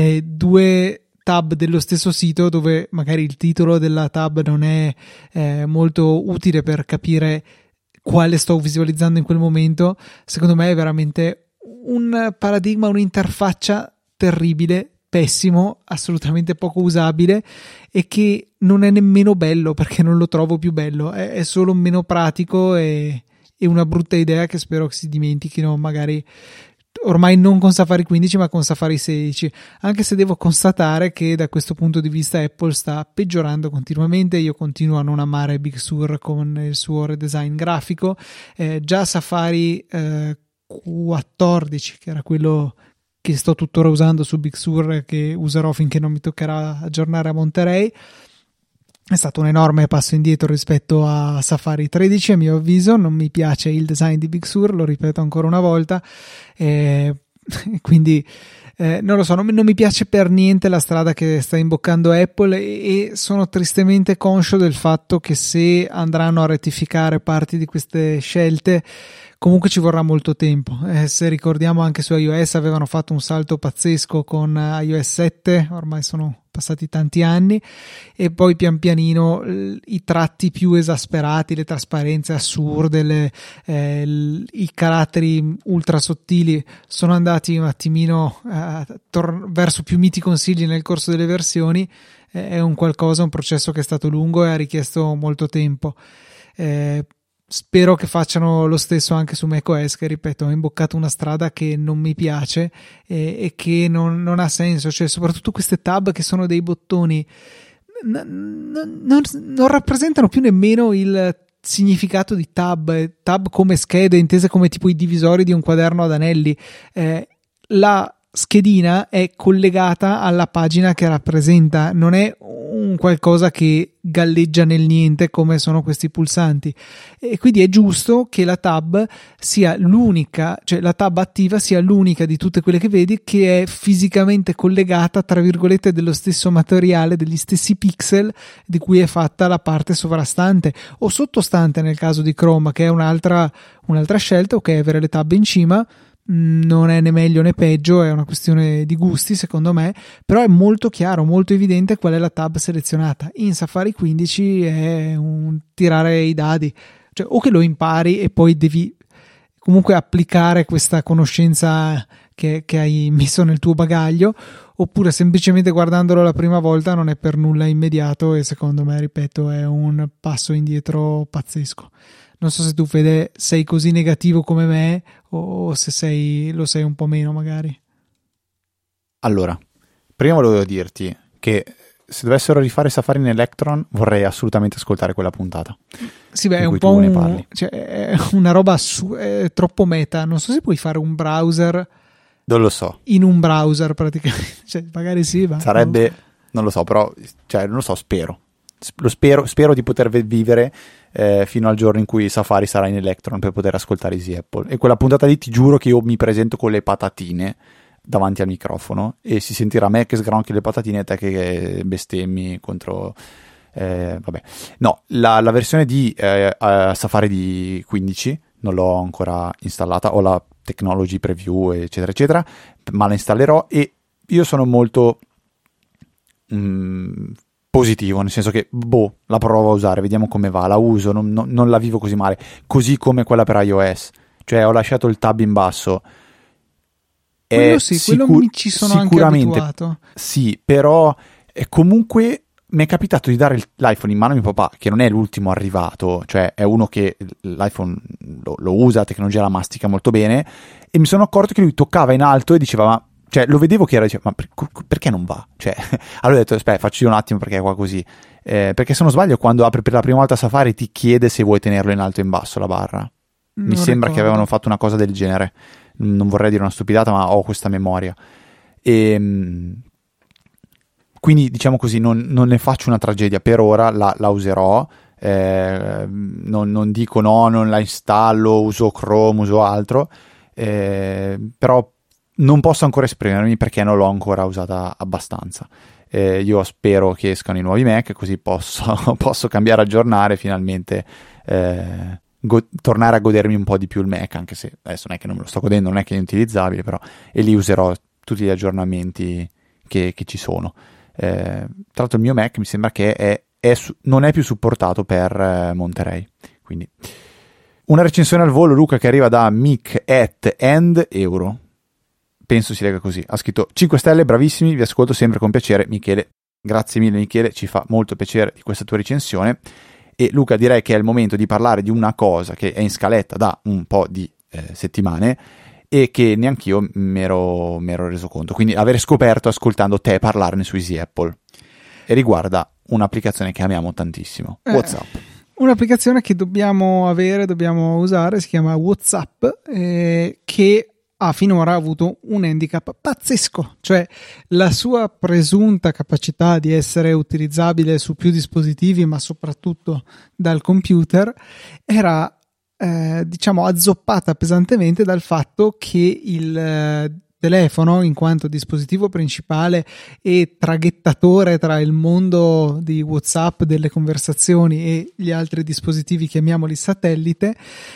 due tab dello stesso sito, dove magari il titolo della tab non è molto utile per capire quale sto visualizzando in quel momento. Secondo me è veramente un paradigma, un'interfaccia terribile, pessimo, assolutamente poco usabile, e che non è nemmeno bello, perché non lo trovo più bello, è solo meno pratico e una brutta idea che spero che si dimentichino, magari ormai non con Safari 15 ma con Safari 16, anche se devo constatare che da questo punto di vista Apple sta peggiorando continuamente. Io continuo a non amare Big Sur con il suo redesign grafico. Già Safari 14, che era quello che sto tuttora usando su Big Sur, che userò finché non mi toccherà aggiornare a Monterey, è stato un enorme passo indietro rispetto a Safari 13, a mio avviso. Non mi piace il design di Big Sur, lo ripeto ancora una volta, quindi non lo so, non mi piace per niente la strada che sta imboccando Apple, e sono tristemente conscio del fatto che se andranno a rettificare parti di queste scelte comunque ci vorrà molto tempo. Se ricordiamo, anche su iOS avevano fatto un salto pazzesco con iOS 7, ormai sono passati tanti anni, e poi pian pianino i tratti più esasperati, le trasparenze assurde, i caratteri ultra sottili sono andati un attimino verso più miti consigli nel corso delle versioni. È un processo che è stato lungo e ha richiesto molto tempo. Spero che facciano lo stesso anche su macOS, che ripeto ha imboccato una strada che non mi piace e che non ha senso. Cioè, soprattutto queste tab che sono dei bottoni non rappresentano più nemmeno il significato di tab come schede, intese come tipo i divisori di un quaderno ad anelli. La schedina è collegata alla pagina che rappresenta, non è un qualcosa che galleggia nel niente come sono questi pulsanti, e quindi è giusto che la tab sia l'unica, cioè la tab attiva sia l'unica di tutte quelle che vedi che è fisicamente collegata, tra virgolette, dello stesso materiale, degli stessi pixel di cui è fatta la parte sovrastante o sottostante nel caso di Chrome, che è un'altra scelta. Ok, avere le tab in cima non è né meglio né peggio, è una questione di gusti secondo me, però è molto chiaro, molto evidente qual è la tab selezionata. In Safari 15 è un tirare i dadi, cioè o che lo impari e poi devi comunque applicare questa conoscenza che hai messo nel tuo bagaglio, oppure semplicemente guardandolo la prima volta non è per nulla immediato, e secondo me, ripeto, è un passo indietro pazzesco. Non so se tu, Fede, sei così negativo come me o se lo sei un po' meno magari. Allora, prima volevo dirti che se dovessero rifare Safari in Electron vorrei assolutamente ascoltare quella puntata. Sì, beh, è un po' cioè, è una roba è troppo meta. Non so se puoi fare un browser. Non lo so. In un browser praticamente. Cioè, magari sì, ma sarebbe, non lo so, però, cioè, non lo so, spero di poter vivere fino al giorno in cui Safari sarà in Electron per poter ascoltare Easy Apple. E quella puntata lì ti giuro che io mi presento con le patatine davanti al microfono e si sentirà me che sgranchi le patatine e te che bestemmi contro vabbè. No, la versione di Safari di 15 non l'ho ancora installata, ho la Technology Preview eccetera eccetera, ma la installerò e io sono molto positivo, nel senso che la provo a usare, vediamo come va, la uso, non la vivo così male, così come quella per iOS, cioè ho lasciato il tab in basso. Quello sì, quello mi ci sono anche abituato. Sì, però comunque mi è capitato di dare l'iPhone in mano a mio papà, che non è l'ultimo arrivato, cioè è uno che l'iPhone lo usa, la tecnologia la mastica molto bene, e mi sono accorto che lui toccava in alto e diceva, ma cioè lo vedevo che era, diceva, ma perché non va? Cioè, allora ho detto, aspetta, faccio io un attimo perché è qua così. Perché se non sbaglio, quando apri per la prima volta Safari ti chiede se vuoi tenerlo in alto o in basso la barra. Mi sembra che avevano fatto una cosa del genere. Non vorrei dire una stupidata, ma ho questa memoria. Quindi, diciamo così, non ne faccio una tragedia per ora, la userò. Non dico no, non la installo, uso Chrome, uso altro. Però non posso ancora esprimermi perché non l'ho ancora usata abbastanza. Io spero che escano i nuovi Mac, così posso cambiare, aggiornare finalmente. Tornare a godermi un po' di più il Mac, anche se adesso non è che non me lo sto godendo, non è che è inutilizzabile, però, e lì userò tutti gli aggiornamenti che ci sono. Tra l'altro il mio Mac mi sembra che non è più supportato per Monterey, quindi una recensione al volo, Luca, che arriva da Mick @and euro, penso si lega così, ha scritto 5 stelle, bravissimi, vi ascolto sempre con piacere. Michele, grazie mille Michele, ci fa molto piacere di questa tua recensione. E Luca, direi che è il momento di parlare di una cosa che è in scaletta da un po' di settimane e che neanch'io mi ero reso conto, quindi aver scoperto ascoltando te parlarne su Easy Apple, e riguarda un'applicazione che amiamo tantissimo, WhatsApp. Un'applicazione che dobbiamo usare, si chiama WhatsApp, che ha finora avuto un handicap pazzesco, cioè la sua presunta capacità di essere utilizzabile su più dispositivi, ma soprattutto dal computer, era diciamo azzoppata pesantemente dal fatto che il telefono, in quanto dispositivo principale e traghettatore tra il mondo di WhatsApp, delle conversazioni, e gli altri dispositivi, chiamiamoli satellite,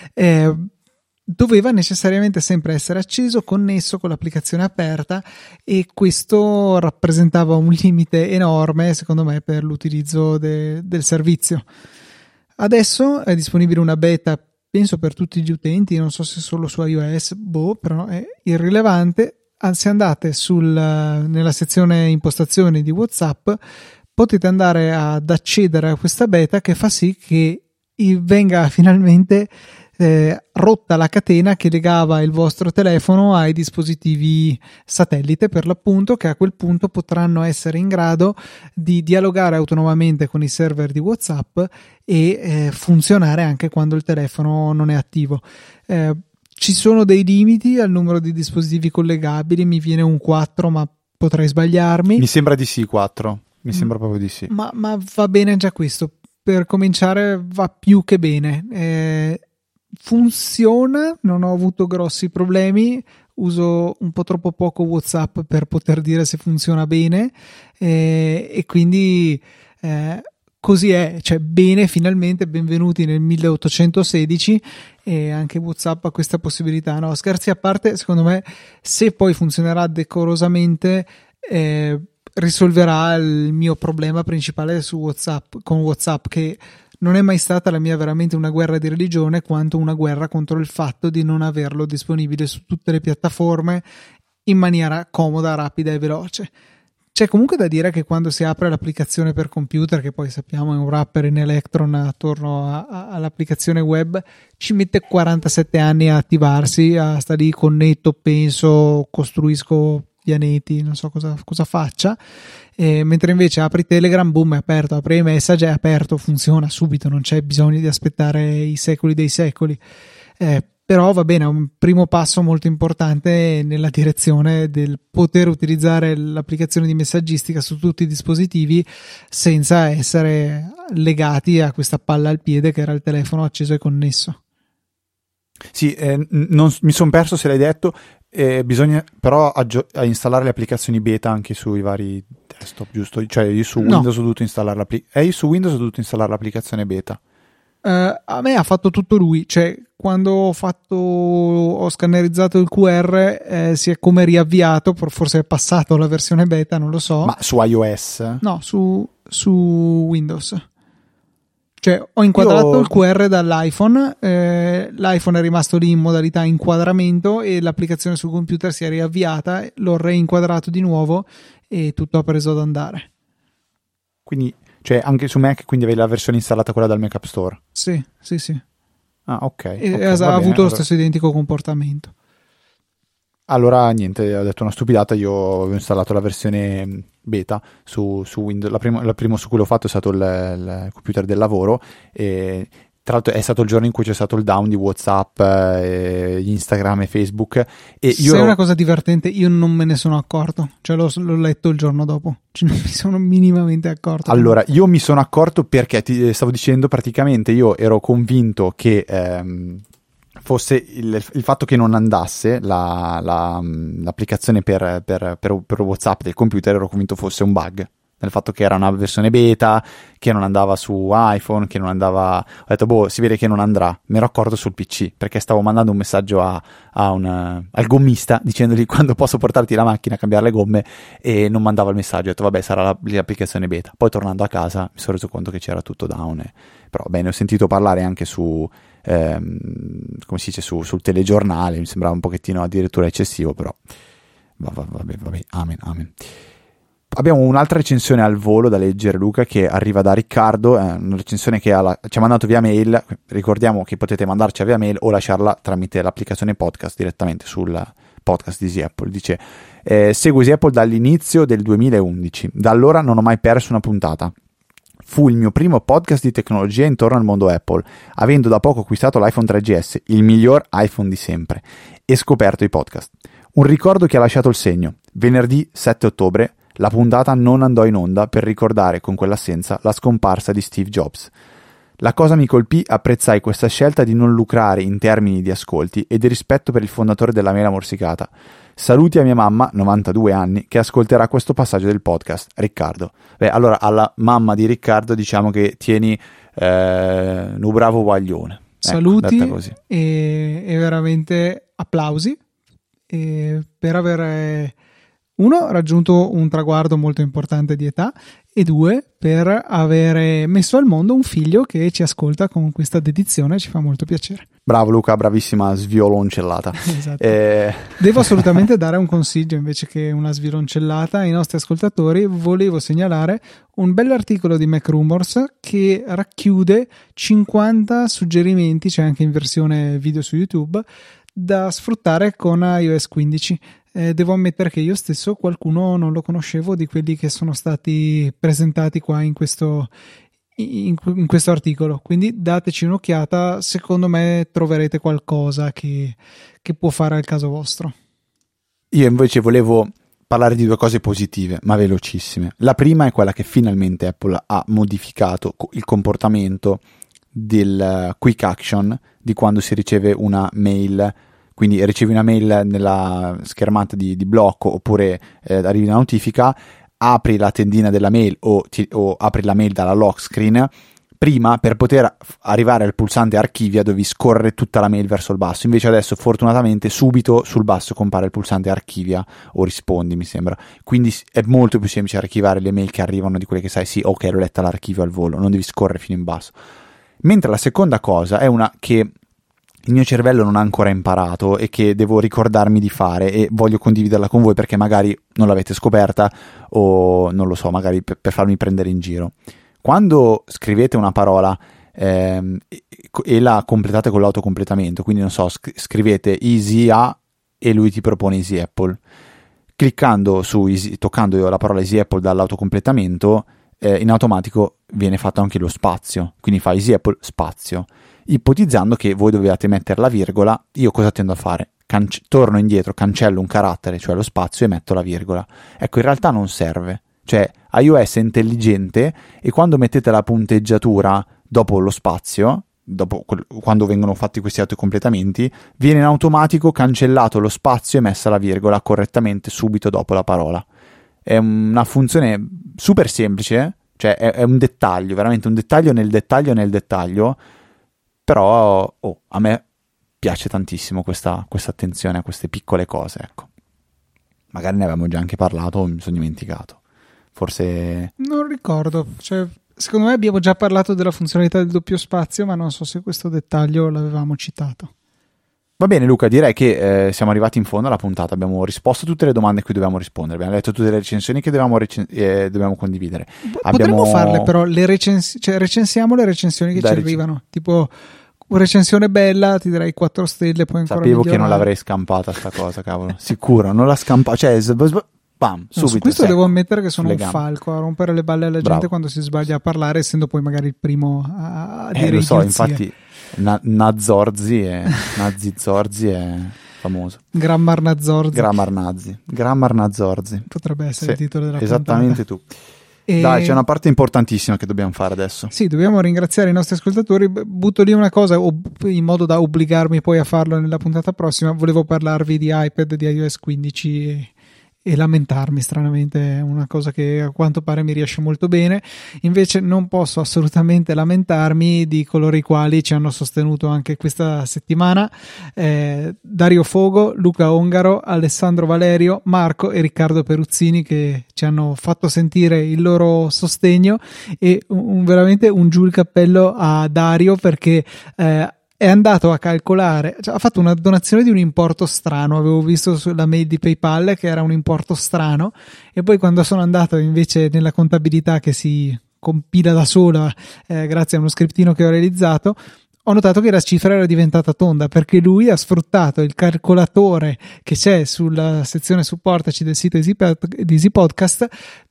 doveva necessariamente sempre essere acceso, connesso, con l'applicazione aperta, e questo rappresentava un limite enorme, secondo me, per l'utilizzo del servizio. Adesso è disponibile una beta, penso per tutti gli utenti, non so se solo su iOS, però è irrilevante. Se andate nella sezione impostazioni di WhatsApp, potete andare ad accedere a questa beta, che fa sì che venga finalmente rotta la catena che legava il vostro telefono ai dispositivi satellite, per l'appunto, che a quel punto potranno essere in grado di dialogare autonomamente con i server di WhatsApp e funzionare anche quando il telefono non è attivo. Ci sono dei limiti al numero di dispositivi collegabili, mi viene un 4, ma potrei sbagliarmi. Mi sembra di sì, 4, mi sembra proprio di sì. Ma va bene già questo, per cominciare va più che bene. Funziona, non ho avuto grossi problemi, uso un po' troppo poco WhatsApp per poter dire se funziona bene, e quindi così è, cioè bene, finalmente, benvenuti nel 1816, e anche WhatsApp ha questa possibilità. No, scherzi a parte, secondo me, se poi funzionerà decorosamente, risolverà il mio problema principale con WhatsApp, che non è mai stata la mia veramente una guerra di religione, quanto una guerra contro il fatto di non averlo disponibile su tutte le piattaforme in maniera comoda, rapida e veloce. C'è comunque da dire che quando si apre l'applicazione per computer, che poi sappiamo è un wrapper in Electron attorno all'applicazione web, ci mette 47 anni a attivarsi, sta lì, connetto, penso, costruisco pianeti, non so cosa faccia, mentre invece apri Telegram, boom, è aperto, apri iMessage, è aperto, funziona subito, non c'è bisogno di aspettare i secoli dei secoli. Però va bene, è un primo passo molto importante nella direzione del poter utilizzare l'applicazione di messaggistica su tutti i dispositivi senza essere legati a questa palla al piede che era il telefono acceso e connesso. Sì, non mi sono perso se l'hai detto, bisogna però installare le applicazioni beta anche sui vari desktop, giusto? Cioè io su Windows ho dovuto installare l'applicazione beta. A me ha fatto tutto lui, cioè quando ho scannerizzato il QR si è come riavviato, forse è passato la versione beta, non lo so. Ma su iOS? No, su Windows. Cioè ho inquadrato il QR dall'iPhone, l'iPhone è rimasto lì in modalità inquadramento e l'applicazione sul computer si è riavviata, l'ho reinquadrato di nuovo e tutto ha preso ad andare. Quindi, cioè anche su Mac, quindi avevi la versione installata quella dal Mac App Store? Sì. Ah, ok. Ha avuto lo stesso identico comportamento. Allora niente, ho detto una stupidata, io avevo installato la versione beta su Windows, la prima su cui l'ho fatto è stato il computer del lavoro, e tra l'altro è stato il giorno in cui c'è stato il down di WhatsApp, Instagram e Facebook, e Sai una cosa divertente? Io non me ne sono accorto, cioè l'ho letto il giorno dopo, cioè non mi sono minimamente accorto. Allora, io mi sono accorto perché ti stavo dicendo, praticamente io ero convinto che fosse il fatto che non andasse l'applicazione per WhatsApp del computer, ero convinto fosse un bug, nel fatto che era una versione beta, che non andava su iPhone, che non andava, ho detto si vede che non andrà, mi ero accorto sul PC perché stavo mandando un messaggio al gommista dicendogli quando posso portarti la macchina a cambiare le gomme, e non mandava il messaggio, ho detto vabbè sarà l'applicazione beta. Poi tornando a casa mi sono reso conto che c'era tutto down, però bene, ho sentito parlare anche su come si dice, sul telegiornale, mi sembrava un pochettino addirittura eccessivo, però vabbè, amen. Abbiamo un'altra recensione al volo da leggere, Luca, che arriva da Riccardo, una recensione che ci ha mandato via mail. Ricordiamo che potete mandarci via mail o lasciarla tramite l'applicazione podcast direttamente sul podcast di Easy Apple. Dice: seguo Easy Apple dall'inizio del 2011, da allora non ho mai perso una puntata. Fu il mio primo podcast di tecnologia intorno al mondo Apple, avendo da poco acquistato l'iPhone 3GS, il miglior iPhone di sempre, e scoperto i podcast. Un ricordo che ha lasciato il segno. Venerdì 7 ottobre la puntata non andò in onda per ricordare con quell'assenza la scomparsa di Steve Jobs. La cosa mi colpì, apprezzai questa scelta di non lucrare in termini di ascolti e di rispetto per il fondatore della mela morsicata. Saluti a mia mamma, 92 anni, che ascolterà questo passaggio del podcast. Riccardo. Beh, allora alla mamma di Riccardo diciamo che tieni un bravo guaglione. Saluti, detta così. E veramente applausi per aver raggiunto un traguardo molto importante di età, e 2 per aver messo al mondo un figlio che ci ascolta con questa dedizione, ci fa molto piacere. Bravo Luca, bravissima svioloncellata. Esatto. Devo assolutamente dare un consiglio invece che una svioloncellata ai nostri ascoltatori. Volevo segnalare un bell'articolo di Mac Rumors che racchiude 50 suggerimenti, c'è anche in versione video su YouTube, da sfruttare con iOS 15. Devo ammettere che io stesso qualcuno non lo conoscevo di quelli che sono stati presentati qua in questo articolo, quindi dateci un'occhiata, secondo me troverete qualcosa che può fare al caso vostro. Io invece volevo parlare di 2 cose positive, ma velocissime. La prima è quella che finalmente Apple ha modificato il comportamento del quick action di quando si riceve una mail. Quindi ricevi una mail nella schermata di blocco, oppure arrivi una notifica, apri la tendina della mail o apri la mail dalla lock screen. Prima, per poter arrivare al pulsante archivia, dovevi scorrere tutta la mail verso il basso. Invece adesso, fortunatamente, subito sul basso compare il pulsante archivia o rispondi, mi sembra. Quindi è molto più semplice archivare le mail che arrivano, di quelle che sai, sì, ok, l'ho letta l'archivio al volo, non devi scorrere fino in basso. Mentre la seconda cosa è una che il mio cervello non ha ancora imparato e che devo ricordarmi di fare, e voglio condividerla con voi perché magari non l'avete scoperta, o non lo so, magari per farmi prendere in giro. Quando scrivete una parola e la completate con l'autocompletamento, quindi non so, scrivete Easy A e lui ti propone Easy Apple, toccando io la parola Easy Apple dall'autocompletamento, in automatico viene fatto anche lo spazio, quindi fa Easy Apple spazio. Ipotizzando che voi dovevate mettere la virgola, io cosa tendo a fare? Torno indietro, cancello un carattere, cioè lo spazio, e metto la virgola. Ecco, in realtà non serve. Cioè, iOS è intelligente, e quando mettete la punteggiatura dopo lo spazio, quando vengono fatti questi autocompletamenti, viene in automatico cancellato lo spazio e messa la virgola correttamente subito dopo la parola. È una funzione super semplice, cioè è un dettaglio, veramente un dettaglio nel dettaglio nel dettaglio, però a me piace tantissimo questa attenzione a queste piccole cose, ecco. Magari ne avevamo già anche parlato, mi sono dimenticato. Forse... Non ricordo, cioè, secondo me abbiamo già parlato della funzionalità del doppio spazio, ma non so se questo dettaglio l'avevamo citato. Va bene Luca, direi che siamo arrivati in fondo alla puntata, abbiamo risposto a tutte le domande a cui dovevamo rispondere, abbiamo letto tutte le recensioni che dobbiamo condividere. Potremmo farle però, recensiamo le recensioni che ci arrivano, tipo una recensione bella, ti darei 4 stelle, poi ancora sapevo migliorare. Che non l'avrei scampata sta cosa, cavolo, sicuro, non la scampa, cioè bam, subito. Su questo devo ammettere che sono un falco a rompere le balle alla gente quando si sbaglia a parlare, essendo poi magari il primo a dire lo so, idiozie. infatti Nazi Zorzi è famoso. Grammar Nazorzi. Grammar Nazorzi. Potrebbe essere il titolo della esattamente puntata. Tu. Dai, c'è una parte importantissima che dobbiamo fare adesso. Sì, dobbiamo ringraziare i nostri ascoltatori. Butto lì una cosa, in modo da obbligarmi poi a farlo nella puntata prossima. Volevo parlarvi di iPad, di iOS 15 e lamentarmi, stranamente è una cosa che a quanto pare mi riesce molto bene. Invece non posso assolutamente lamentarmi di coloro i quali ci hanno sostenuto anche questa settimana: Dario Fogo, Luca Ongaro, Alessandro Valerio, Marco e Riccardo Peruzzini, che ci hanno fatto sentire il loro sostegno, e veramente un giù il cappello a Dario, perché è andato a calcolare, cioè, ha fatto una donazione di un importo strano. Avevo visto sulla mail di PayPal che era un importo strano, e poi quando sono andato invece nella contabilità che si compila da sola grazie a uno scriptino che ho realizzato, ho notato che la cifra era diventata tonda, perché lui ha sfruttato il calcolatore che c'è sulla sezione supportaci del sito di Easy Podcast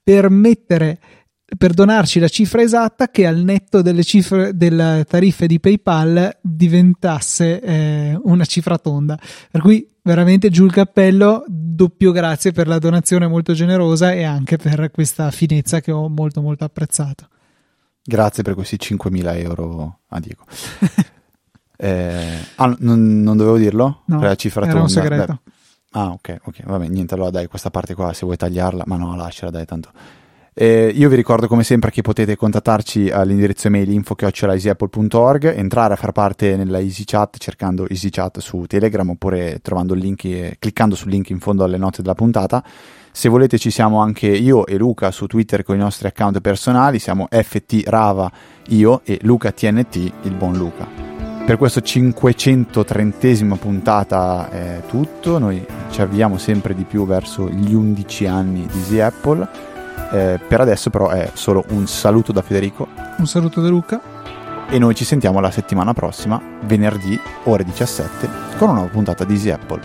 per donarci la cifra esatta, che al netto delle cifre delle tariffe di PayPal diventasse una cifra tonda. Per cui veramente giù il cappello, doppio grazie per la donazione molto generosa e anche per questa finezza che ho molto molto apprezzato. Grazie per questi 5.000 euro a Diego. Non dovevo dirlo? No, per la cifra era tonda. Un segreto. Ok, vabbè, niente, allora dai, questa parte qua se vuoi tagliarla, ma no, lasciala, dai, tanto. Io vi ricordo come sempre che potete contattarci all'indirizzo email info@easyapple.org, entrare a far parte nella EasyChat cercando EasyChat su Telegram, oppure trovando il link, cliccando sul link in fondo alle note della puntata. Se volete ci siamo anche io e Luca su Twitter con i nostri account personali, siamo FTRava io e LucaTNT, il buon Luca. Per questo 530esima puntata è tutto, noi ci avviamo sempre di più verso gli 11 anni di Easy Apple. Per adesso però è solo un saluto da Federico, un saluto da Luca, e noi ci sentiamo la settimana prossima, venerdì ore 17, con una nuova puntata di Easy Apple.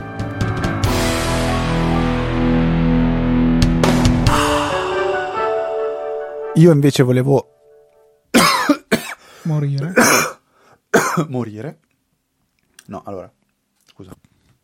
Io invece volevo morire. Morire? No, allora, scusa.